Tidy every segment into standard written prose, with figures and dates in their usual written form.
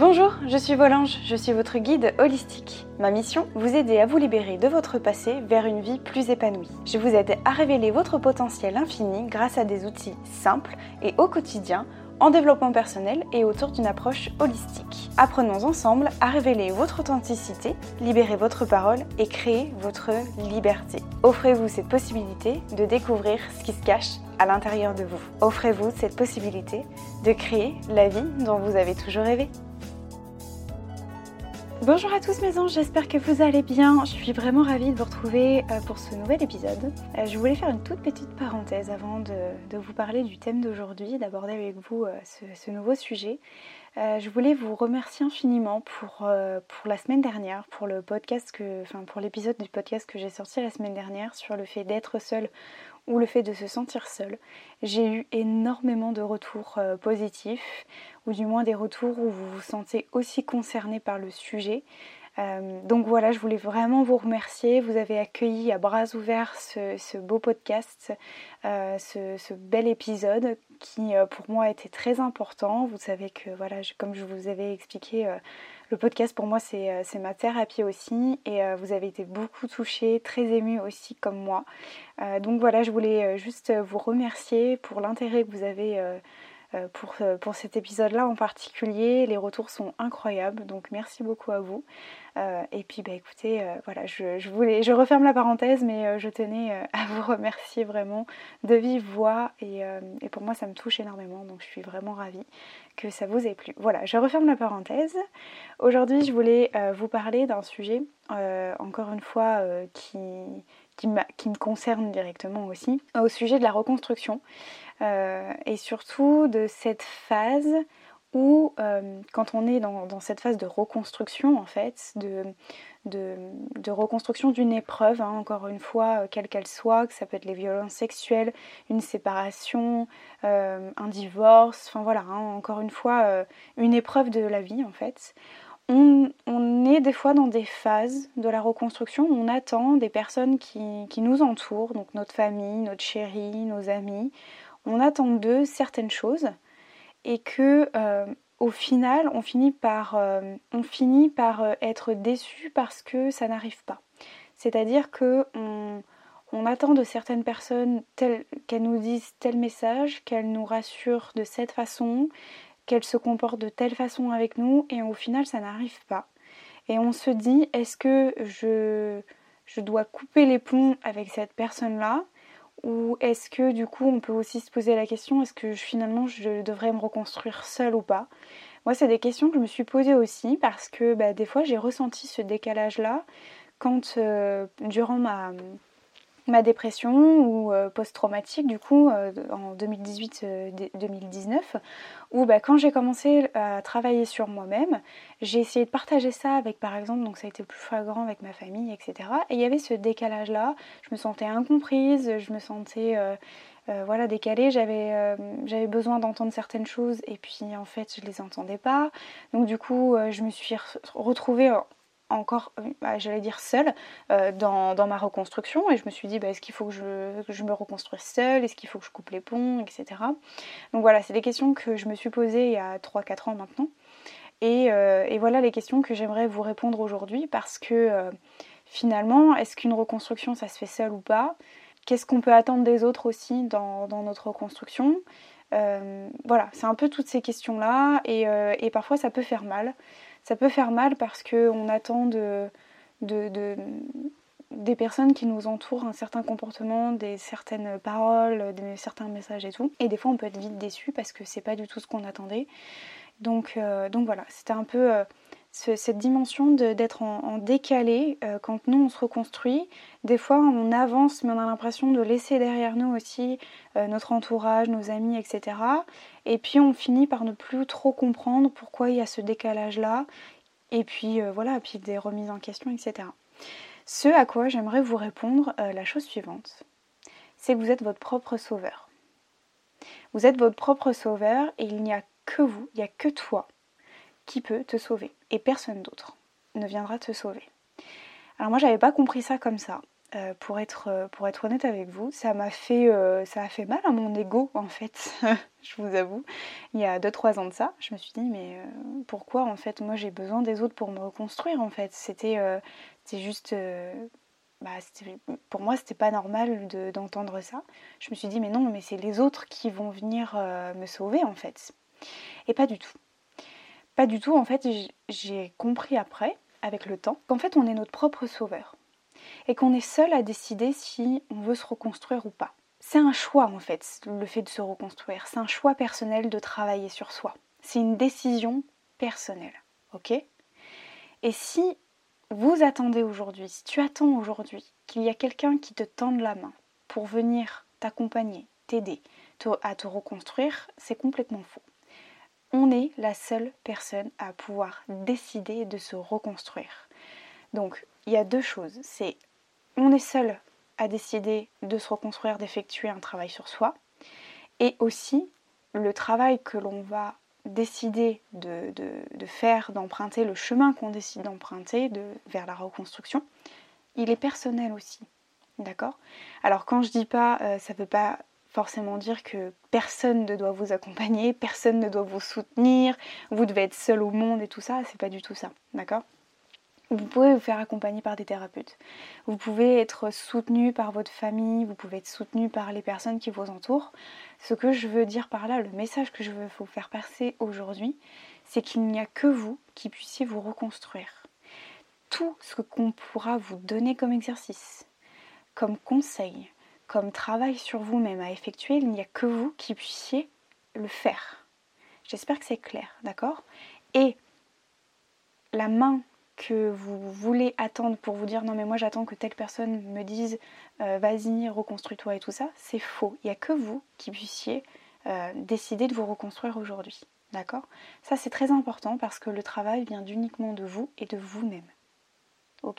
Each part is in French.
Bonjour, je suis Volange, je suis votre guide holistique. Ma mission, vous aider à vous libérer de votre passé vers une vie plus épanouie. Je vous aide à révéler votre potentiel infini grâce à des outils simples et au quotidien, en développement personnel et autour d'une approche holistique. Apprenons ensemble à révéler votre authenticité, libérer votre parole et créer votre liberté. Offrez-vous cette possibilité de découvrir ce qui se cache à l'intérieur de vous. Offrez-vous cette possibilité de créer la vie dont vous avez toujours rêvé. Bonjour à tous mes anges, j'espère que vous allez bien. Je suis vraiment ravie de vous retrouver pour ce nouvel épisode. Je voulais faire une toute petite parenthèse avant de vous parler du thème d'aujourd'hui, d'aborder avec vous ce nouveau sujet. Je voulais vous remercier infiniment pour la semaine dernière, pour l'épisode du podcast que j'ai sorti la semaine dernière sur le fait d'être seule ou le fait de se sentir seule. J'ai eu énormément de retours positifs, ou du moins des retours où vous vous sentez aussi concerné par le sujet. Donc voilà, je voulais vraiment vous remercier. Vous avez accueilli à bras ouverts ce beau podcast, ce bel épisode qui pour moi était très important. Vous savez que voilà, comme je vous avais expliqué, le podcast pour moi c'est ma thérapie aussi, et vous avez été beaucoup touchés, très émus aussi comme moi. Donc voilà, je voulais juste vous remercier pour l'intérêt que vous avez pour cet épisode-là en particulier. Les retours sont incroyables, donc merci beaucoup à vous. Et puis écoutez, voilà, je referme la parenthèse, mais je tenais à vous remercier vraiment de vive voix, et pour moi ça me touche énormément, donc je suis vraiment ravie que ça vous ait plu. Voilà, je referme la parenthèse. Aujourd'hui je voulais vous parler d'un sujet, encore une fois, qui me concerne directement aussi, au sujet de la reconstruction, et surtout de cette phase où quand on est dans cette phase de reconstruction en fait, de reconstruction d'une épreuve, hein, encore une fois, quelle qu'elle soit, que ça peut être les violences sexuelles, une séparation, un divorce, enfin voilà, hein, encore une fois, une épreuve de la vie en fait. On est des fois dans des phases de la reconstruction où on attend des personnes qui nous entourent, donc notre famille, notre chéri, nos amis, on attend d'eux certaines choses, et que au final on finit par être déçu parce que ça n'arrive pas. C'est-à-dire que on attend de certaines personnes qu'elles nous disent tel message, qu'elles nous rassurent de cette façon, qu'elles se comportent de telle façon avec nous, et au final ça n'arrive pas. Et on se dit, est-ce que je dois couper les ponts avec cette personne-là, ou est-ce que du coup on peut aussi se poser la question, est-ce que finalement je devrais me reconstruire seule ou pas? Moi c'est des questions que je me suis posées aussi, parce que des fois j'ai ressenti ce décalage-là quand durant ma dépression ou post-traumatique du coup en 2018-2019, où quand j'ai commencé à travailler sur moi-même, j'ai essayé de partager ça avec, par exemple, donc ça a été plus flagrant avec ma famille, etc. Et il y avait ce décalage là, je me sentais incomprise, je me sentais voilà, décalée, j'avais besoin d'entendre certaines choses, et puis en fait je les entendais pas. Donc du coup je me suis retrouvée encore, j'allais dire seule, dans ma reconstruction, et je me suis dit est-ce qu'il faut que je me reconstruise seule, est-ce qu'il faut que je coupe les ponts, etc. Donc voilà, c'est des questions que je me suis posées il y a 3-4 ans maintenant, et voilà les questions que j'aimerais vous répondre aujourd'hui, parce que finalement, est-ce qu'une reconstruction ça se fait seule ou pas? Qu'est-ce qu'on peut attendre des autres aussi dans notre reconstruction? Voilà, c'est un peu toutes ces questions-là, et parfois ça peut faire mal. Ça peut faire mal parce qu'on attend des personnes qui nous entourent un certain comportement, certaines paroles, certains messages et tout. Et des fois on peut être vite déçu parce que c'est pas du tout ce qu'on attendait. Donc voilà, c'était un peu cette dimension d'être en décalé quand nous on se reconstruit. Des fois on avance, mais on a l'impression de laisser derrière nous aussi notre entourage, nos amis, etc. Et puis on finit par ne plus trop comprendre pourquoi il y a ce décalage là, et puis voilà, puis des remises en question, etc. Ce à quoi j'aimerais vous répondre, la chose suivante, c'est que vous êtes votre propre sauveur. Vous êtes votre propre sauveur, et il n'y a que vous, il n'y a que toi qui peut te sauver, et personne d'autre ne viendra te sauver. Alors moi j'avais pas compris ça comme ça. pour être honnête avec vous, ça a fait mal à mon ego en fait, je vous avoue. Il y a 2-3 ans de ça, je me suis dit mais pourquoi en fait moi j'ai besoin des autres pour me reconstruire en fait. C'était juste, pour moi c'était pas normal d'entendre ça. Je me suis dit mais non, mais c'est les autres qui vont venir me sauver en fait. Et pas du tout. Pas du tout, en fait j'ai compris après, avec le temps, qu'en fait on est notre propre sauveur. Et qu'on est seul à décider si on veut se reconstruire ou pas. C'est un choix en fait, le fait de se reconstruire. C'est un choix personnel de travailler sur soi. C'est une décision personnelle, ok? Et si vous attendez aujourd'hui, si tu attends aujourd'hui qu'il y a quelqu'un qui te tende la main pour venir t'accompagner, t'aider à te reconstruire, c'est complètement faux. On est la seule personne à pouvoir décider de se reconstruire. Donc, il y a deux choses. C'est on est seul à décider de se reconstruire, d'effectuer un travail sur soi. Et aussi, le travail que l'on va décider de faire, d'emprunter, le chemin qu'on décide d'emprunter vers la reconstruction, il est personnel aussi. D'accord ? Alors quand je dis pas, ça ne veut pas forcément dire que personne ne doit vous accompagner, personne ne doit vous soutenir, vous devez être seul au monde et tout ça, c'est pas du tout ça. D'accord ? Vous pouvez vous faire accompagner par des thérapeutes. Vous pouvez être soutenu par votre famille, vous pouvez être soutenu par les personnes qui vous entourent. Ce que je veux dire par là, le message que je veux vous faire passer aujourd'hui, c'est qu'il n'y a que vous qui puissiez vous reconstruire. Tout ce qu'on pourra vous donner comme exercice, comme conseil, comme travail sur vous-même à effectuer, il n'y a que vous qui puissiez le faire. J'espère que c'est clair, d'accord ? Et la main que vous voulez attendre pour vous dire non mais moi j'attends que telle personne me dise vas-y reconstruis-toi et tout ça, c'est faux. Il n'y a que vous qui puissiez décider de vous reconstruire aujourd'hui. D'accord ? Ça c'est très important parce que le travail vient uniquement de vous et de vous-même. Ok ?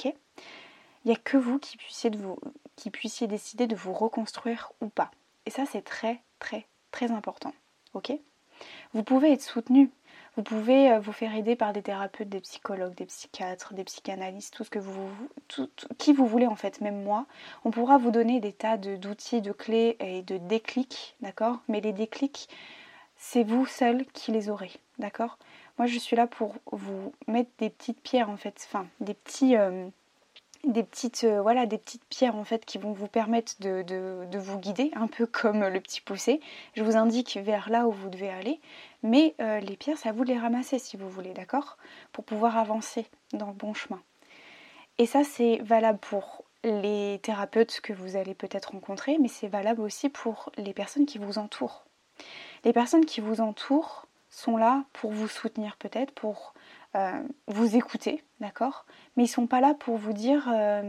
Il n'y a que vous qui puissiez décider de vous reconstruire ou pas. Et ça c'est très très très important. Ok ? Vous pouvez être soutenu. Vous pouvez vous faire aider par des thérapeutes, des psychologues, des psychiatres, des psychanalystes, tout ce que qui vous voulez en fait, même moi. On pourra vous donner des tas d'outils, de clés et de déclics, d'accord ? Mais les déclics, c'est vous seul qui les aurez, d'accord ? Moi, je suis là pour vous mettre des petites pierres en fait, enfin des petites pierres en fait qui vont vous permettre de vous guider, un peu comme le petit poussé. Je vous indique vers là où vous devez aller, mais les pierres, c'est à vous de les ramasser si vous voulez, d'accord ? Pour pouvoir avancer dans le bon chemin. Et ça, c'est valable pour les thérapeutes que vous allez peut-être rencontrer, mais c'est valable aussi pour les personnes qui vous entourent. Les personnes qui vous entourent sont là pour vous soutenir peut-être, pour vous écouter, d'accord ? Mais ils sont pas là pour vous dire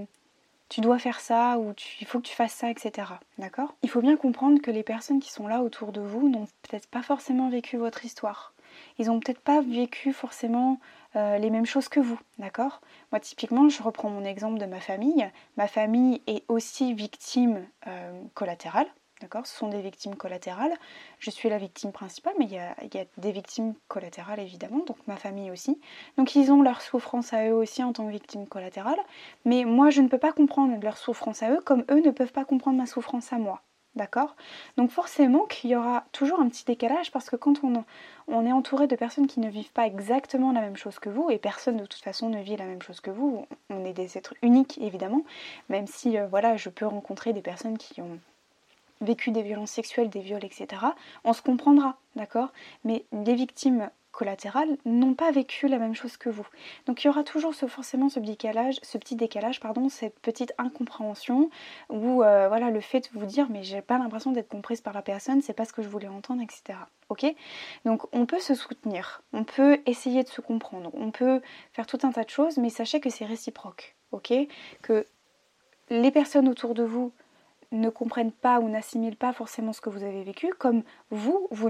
tu dois faire ça ou il faut que tu fasses ça, etc. D'accord ? Il faut bien comprendre que les personnes qui sont là autour de vous n'ont peut-être pas forcément vécu votre histoire. Ils n'ont peut-être pas vécu forcément les mêmes choses que vous, d'accord ? Moi typiquement, je reprends mon exemple de ma famille. Ma famille est aussi victime collatérale. D'accord ? Ce sont des victimes collatérales. Je suis la victime principale, mais il y a des victimes collatérales évidemment, donc ma famille aussi. Donc ils ont leur souffrance à eux aussi en tant que victimes collatérales, mais moi je ne peux pas comprendre leur souffrance à eux comme eux ne peuvent pas comprendre ma souffrance à moi. D'accord ? Donc forcément qu'il y aura toujours un petit décalage parce que quand on est entouré de personnes qui ne vivent pas exactement la même chose que vous, et personne de toute façon ne vit la même chose que vous, on est des êtres uniques évidemment, même si je peux rencontrer des personnes qui ont vécu des violences sexuelles, des viols, etc., on se comprendra, d'accord ? Mais les victimes collatérales n'ont pas vécu la même chose que vous. Donc il y aura toujours forcément ce petit décalage, cette petite incompréhension, où le fait de vous dire mais j'ai pas l'impression d'être comprise par la personne, c'est pas ce que je voulais entendre, etc. Ok ? Donc on peut se soutenir, on peut essayer de se comprendre, on peut faire tout un tas de choses, mais sachez que c'est réciproque, ok ? Que les personnes autour de vous ne comprennent pas ou n'assimilent pas forcément ce que vous avez vécu, comme vous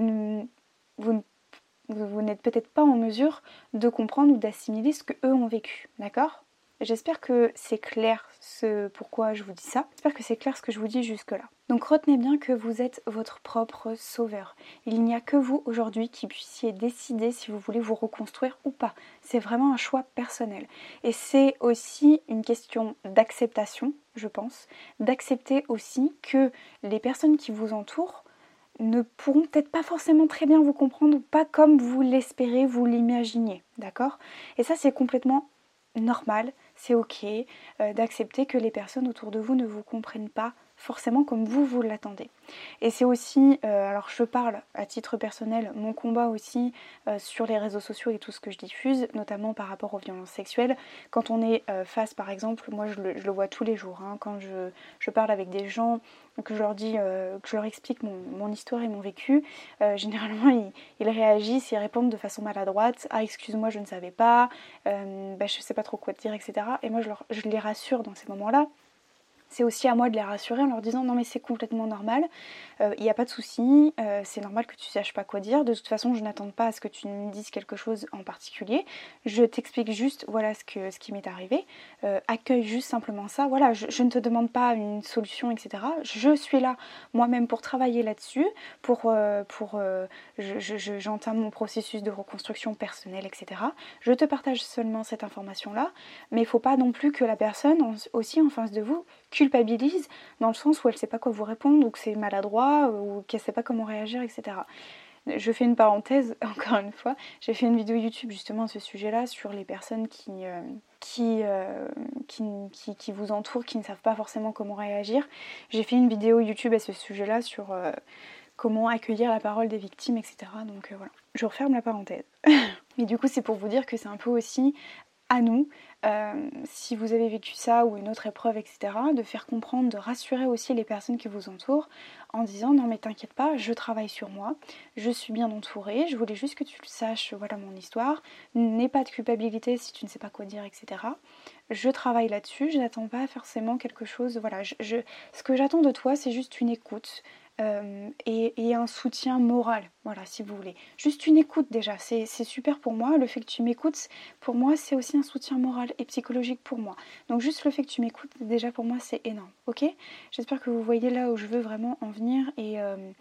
n'êtes peut-être pas en mesure de comprendre ou d'assimiler ce que eux ont vécu, d'accord ? J'espère que c'est clair pourquoi je vous dis ça. J'espère que c'est clair ce que je vous dis jusque-là. Donc retenez bien que vous êtes votre propre sauveur. Il n'y a que vous aujourd'hui qui puissiez décider si vous voulez vous reconstruire ou pas. C'est vraiment un choix personnel. Et c'est aussi une question d'acceptation, je pense. D'accepter aussi que les personnes qui vous entourent ne pourront peut-être pas forcément très bien vous comprendre, pas comme vous l'espérez, vous l'imaginez, d'accord? Et ça c'est complètement normal, c'est ok d'accepter que les personnes autour de vous ne vous comprennent pas forcément comme vous l'attendez. Et c'est aussi, alors je parle à titre personnel, mon combat aussi sur les réseaux sociaux et tout ce que je diffuse, notamment par rapport aux violences sexuelles. Quand on est face par exemple, moi je le vois tous les jours, hein, quand je parle avec des gens, que je leur dis, que je leur explique mon histoire et mon vécu, généralement ils réagissent, ils répondent de façon maladroite, ah excuse-moi je ne savais pas, je sais pas trop quoi te dire, etc. Et moi je les rassure dans ces moments-là. C'est aussi à moi de les rassurer en leur disant non mais c'est complètement normal, il n'y a pas de souci, c'est normal que tu saches pas quoi dire, de toute façon je n'attends pas à ce que tu me dises quelque chose en particulier, je t'explique juste voilà ce qui m'est arrivé, accueille juste simplement ça, voilà, je ne te demande pas une solution, etc. Je suis là moi-même pour travailler là-dessus, j'entame mon processus de reconstruction personnelle, etc. Je te partage seulement cette information-là, mais il ne faut pas non plus que la personne aussi en face de vous culpabilise dans le sens où elle ne sait pas quoi vous répondre ou que c'est maladroit ou qu'elle ne sait pas comment réagir, etc. Je fais une parenthèse, encore une fois, j'ai fait une vidéo YouTube justement à ce sujet-là sur les personnes qui vous entourent, qui ne savent pas forcément comment réagir. J'ai fait une vidéo YouTube à ce sujet-là sur comment accueillir la parole des victimes, etc. Donc voilà, je referme la parenthèse. Mais du coup c'est pour vous dire que c'est un peu aussi à nous, si vous avez vécu ça ou une autre épreuve, etc., de faire comprendre, de rassurer aussi les personnes qui vous entourent en disant non mais t'inquiète pas, je travaille sur moi, je suis bien entourée, je voulais juste que tu le saches, voilà mon histoire, n'aie pas de culpabilité si tu ne sais pas quoi dire, etc. Je travaille là-dessus, je n'attends pas forcément quelque chose, voilà, ce que j'attends de toi c'est juste une écoute. Et un soutien moral, voilà, si vous voulez. Juste une écoute déjà, c'est super pour moi. Le fait que tu m'écoutes, pour moi, c'est aussi un soutien moral et psychologique pour moi. Donc juste le fait que tu m'écoutes, déjà pour moi, c'est énorme, ok? J'espère que vous voyez là où je veux vraiment en venir et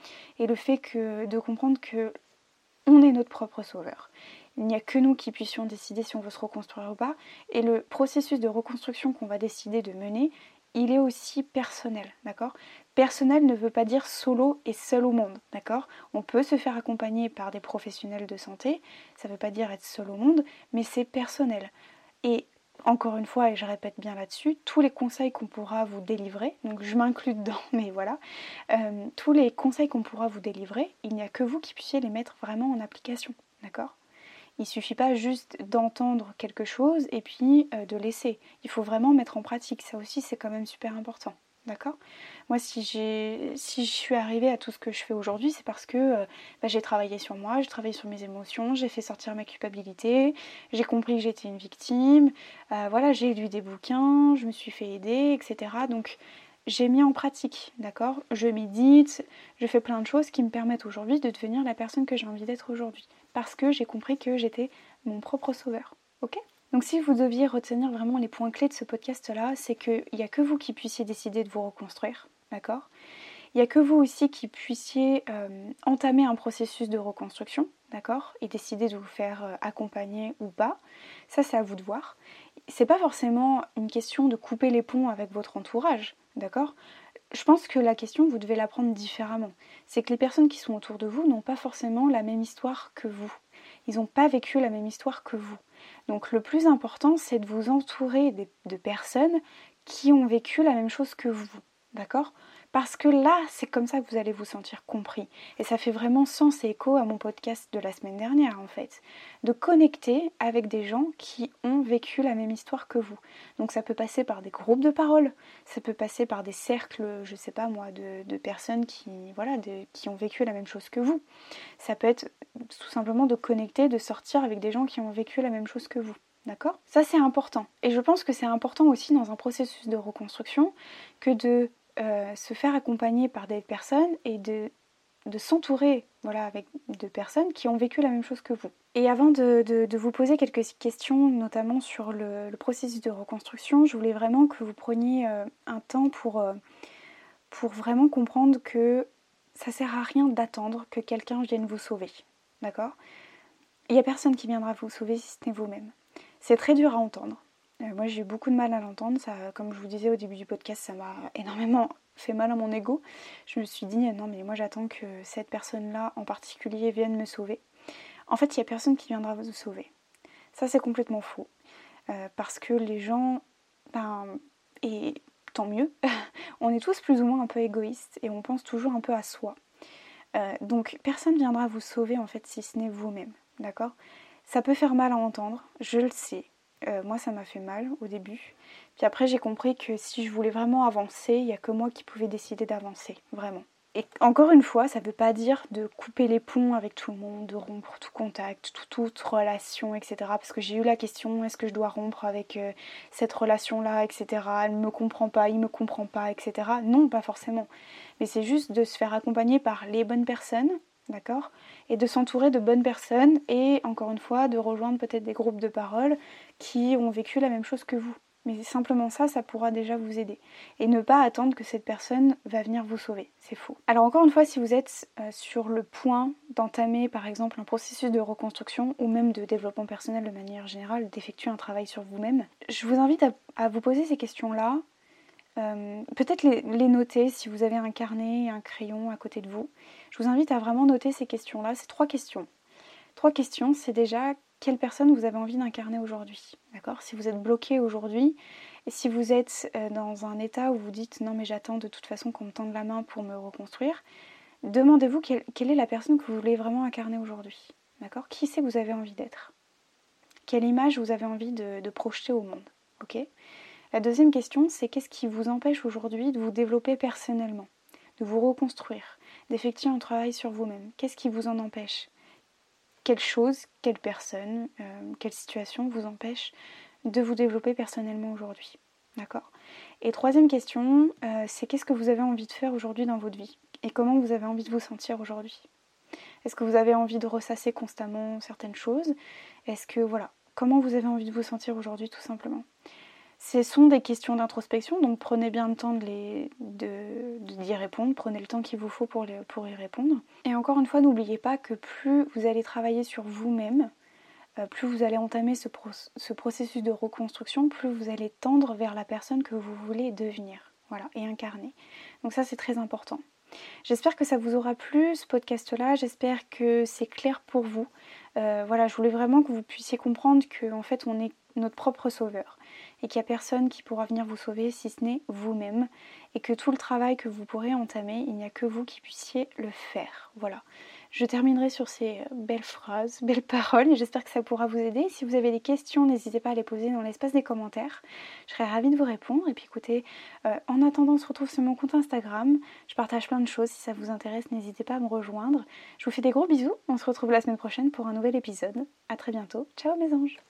le fait de comprendre que on est notre propre sauveur. Il n'y a que nous qui puissions décider si on veut se reconstruire ou pas. Et le processus de reconstruction qu'on va décider de mener, il est aussi personnel, d'accord? Personnel ne veut pas dire solo et seul au monde, d'accord? On peut se faire accompagner par des professionnels de santé, ça ne veut pas dire être seul au monde, mais c'est personnel. Et encore une fois, et je répète bien là-dessus, tous les conseils qu'on pourra vous délivrer, donc je m'inclus dedans, mais voilà, tous les conseils qu'on pourra vous délivrer, il n'y a que vous qui puissiez les mettre vraiment en application, d'accord? Il ne suffit pas juste d'entendre quelque chose et puis de laisser. Il faut vraiment mettre en pratique. Ça aussi, c'est quand même super important. D'accord? Moi, si je suis arrivée à tout ce que je fais aujourd'hui, c'est parce que j'ai travaillé sur moi, j'ai travaillé sur mes émotions, j'ai fait sortir ma culpabilité, j'ai compris que j'étais une victime, voilà, j'ai lu des bouquins, je me suis fait aider, etc. Donc, j'ai mis en pratique, d'accord? Je médite, je fais plein de choses qui me permettent aujourd'hui de devenir la personne que j'ai envie d'être aujourd'hui. Parce que j'ai compris que j'étais mon propre sauveur. Ok? Donc si vous deviez retenir vraiment les points clés de ce podcast-là, c'est qu'il n'y a que vous qui puissiez décider de vous reconstruire, d'accord? Il n'y a que vous aussi qui puissiez entamer un processus de reconstruction, d'accord? Et décider de vous faire accompagner ou pas. Ça, c'est à vous de voir. C'est pas forcément une question de couper les ponts avec votre entourage, d'accord? Je pense que la question, vous devez la prendre différemment. C'est que les personnes qui sont autour de vous n'ont pas forcément la même histoire que vous. Ils n'ont pas vécu la même histoire que vous. Donc le plus important, c'est de vous entourer de personnes qui ont vécu la même chose que vous. D'accord? Parce que là, c'est comme ça que vous allez vous sentir compris. Et ça fait vraiment sens et écho à mon podcast de la semaine dernière, en fait. De connecter avec des gens qui ont vécu la même histoire que vous. Donc ça peut passer par des groupes de parole, ça peut passer par des cercles, je sais pas moi, de personnes qui ont vécu la même chose que vous. Ça peut être tout simplement de connecter, de sortir avec des gens qui ont vécu la même chose que vous. D'accord? Ça c'est important. Et je pense que c'est important aussi dans un processus de reconstruction que de se faire accompagner par des personnes et de s'entourer avec de personnes qui ont vécu la même chose que vous. Et avant de vous poser quelques questions, notamment sur le processus de reconstruction, je voulais vraiment que vous preniez un temps pour vraiment comprendre que ça sert à rien d'attendre que quelqu'un vienne vous sauver. D'accord ? Il n'y a personne qui viendra vous sauver si ce n'est vous-même. C'est très dur à entendre. Moi, j'ai eu beaucoup de mal à l'entendre. Ça, comme je vous disais au début du podcast, ça m'a énormément fait mal à mon ego. Je me suis dit, non, mais moi, j'attends que cette personne-là en particulier vienne me sauver. En fait, il n'y a personne qui viendra vous sauver. Ça, c'est complètement faux. Parce que les gens, et tant mieux, on est tous plus ou moins un peu égoïstes et on pense toujours un peu à soi. Donc, personne ne viendra vous sauver, en fait, si ce n'est vous-même. D'accord ? Ça peut faire mal à entendre, je le sais. Moi, ça m'a fait mal au début. Puis après, j'ai compris que si je voulais vraiment avancer, il n'y a que moi qui pouvais décider d'avancer, vraiment. Et encore une fois, ça ne veut pas dire de couper les ponts avec tout le monde, de rompre tout contact, toute relation, etc. Parce que j'ai eu la question, est-ce que je dois rompre avec cette relation-là, etc. Elle ne me comprend pas, il ne me comprend pas, etc. Non, pas forcément. Mais c'est juste de se faire accompagner par les bonnes personnes, d'accord ? Et de s'entourer de bonnes personnes et, encore une fois, de rejoindre peut-être des groupes de parole qui ont vécu la même chose que vous. Mais simplement ça pourra déjà vous aider. Et ne pas attendre que cette personne va venir vous sauver. C'est faux. Alors encore une fois, si vous êtes sur le point d'entamer par exemple un processus de reconstruction ou même de développement personnel de manière générale, d'effectuer un travail sur vous-même, je vous invite à vous poser ces questions-là. Peut-être les noter si vous avez un carnet et un crayon à côté de vous. Je vous invite à vraiment noter ces questions-là. C'est 3 questions. 3 questions, c'est déjà quelle personne vous avez envie d'incarner aujourd'hui, d'accord ? Si vous êtes bloqué aujourd'hui, et si vous êtes dans un état où vous dites non mais j'attends de toute façon qu'on me tende la main pour me reconstruire, demandez-vous quelle est la personne que vous voulez vraiment incarner aujourd'hui, d'accord ? Qui c'est que vous avez envie d'être ? Quelle image vous avez envie de projeter au monde, ok ? La deuxième question, c'est qu'est-ce qui vous empêche aujourd'hui de vous développer personnellement, de vous reconstruire, d'effectuer un travail sur vous-même ? Qu'est-ce qui vous en empêche ? Quelle chose, quelle personne, quelle situation vous empêche de vous développer personnellement aujourd'hui. D'accord ? Et troisième question, c'est qu'est-ce que vous avez envie de faire aujourd'hui dans votre vie ? Et comment vous avez envie de vous sentir aujourd'hui ? Est-ce que vous avez envie de ressasser constamment certaines choses ? Est-ce que, voilà, comment vous avez envie de vous sentir aujourd'hui tout simplement ? Ce sont des questions d'introspection, donc prenez bien le temps d'y répondre, prenez le temps qu'il vous faut pour y répondre. Et encore une fois, n'oubliez pas que plus vous allez travailler sur vous-même, plus vous allez entamer ce processus de reconstruction, plus vous allez tendre vers la personne que vous voulez devenir, voilà, et incarner. Donc ça, c'est très important. J'espère que ça vous aura plu, ce podcast-là. J'espère que c'est clair pour vous. Voilà, je voulais vraiment que vous puissiez comprendre qu'en fait, on est notre propre sauveur et qu'il n'y a personne qui pourra venir vous sauver si ce n'est vous-même et que tout le travail que vous pourrez entamer, il n'y a que vous qui puissiez le faire. Voilà. Je terminerai sur ces belles phrases, belles paroles et j'espère que ça pourra vous aider. Si vous avez des questions, n'hésitez pas à les poser dans l'espace des commentaires. Je serai ravie de vous répondre. Et puis écoutez, en attendant, on se retrouve sur mon compte Instagram. Je partage plein de choses. Si ça vous intéresse, n'hésitez pas à me rejoindre. Je vous fais des gros bisous. On se retrouve la semaine prochaine pour un nouvel épisode. À très bientôt. Ciao mes anges.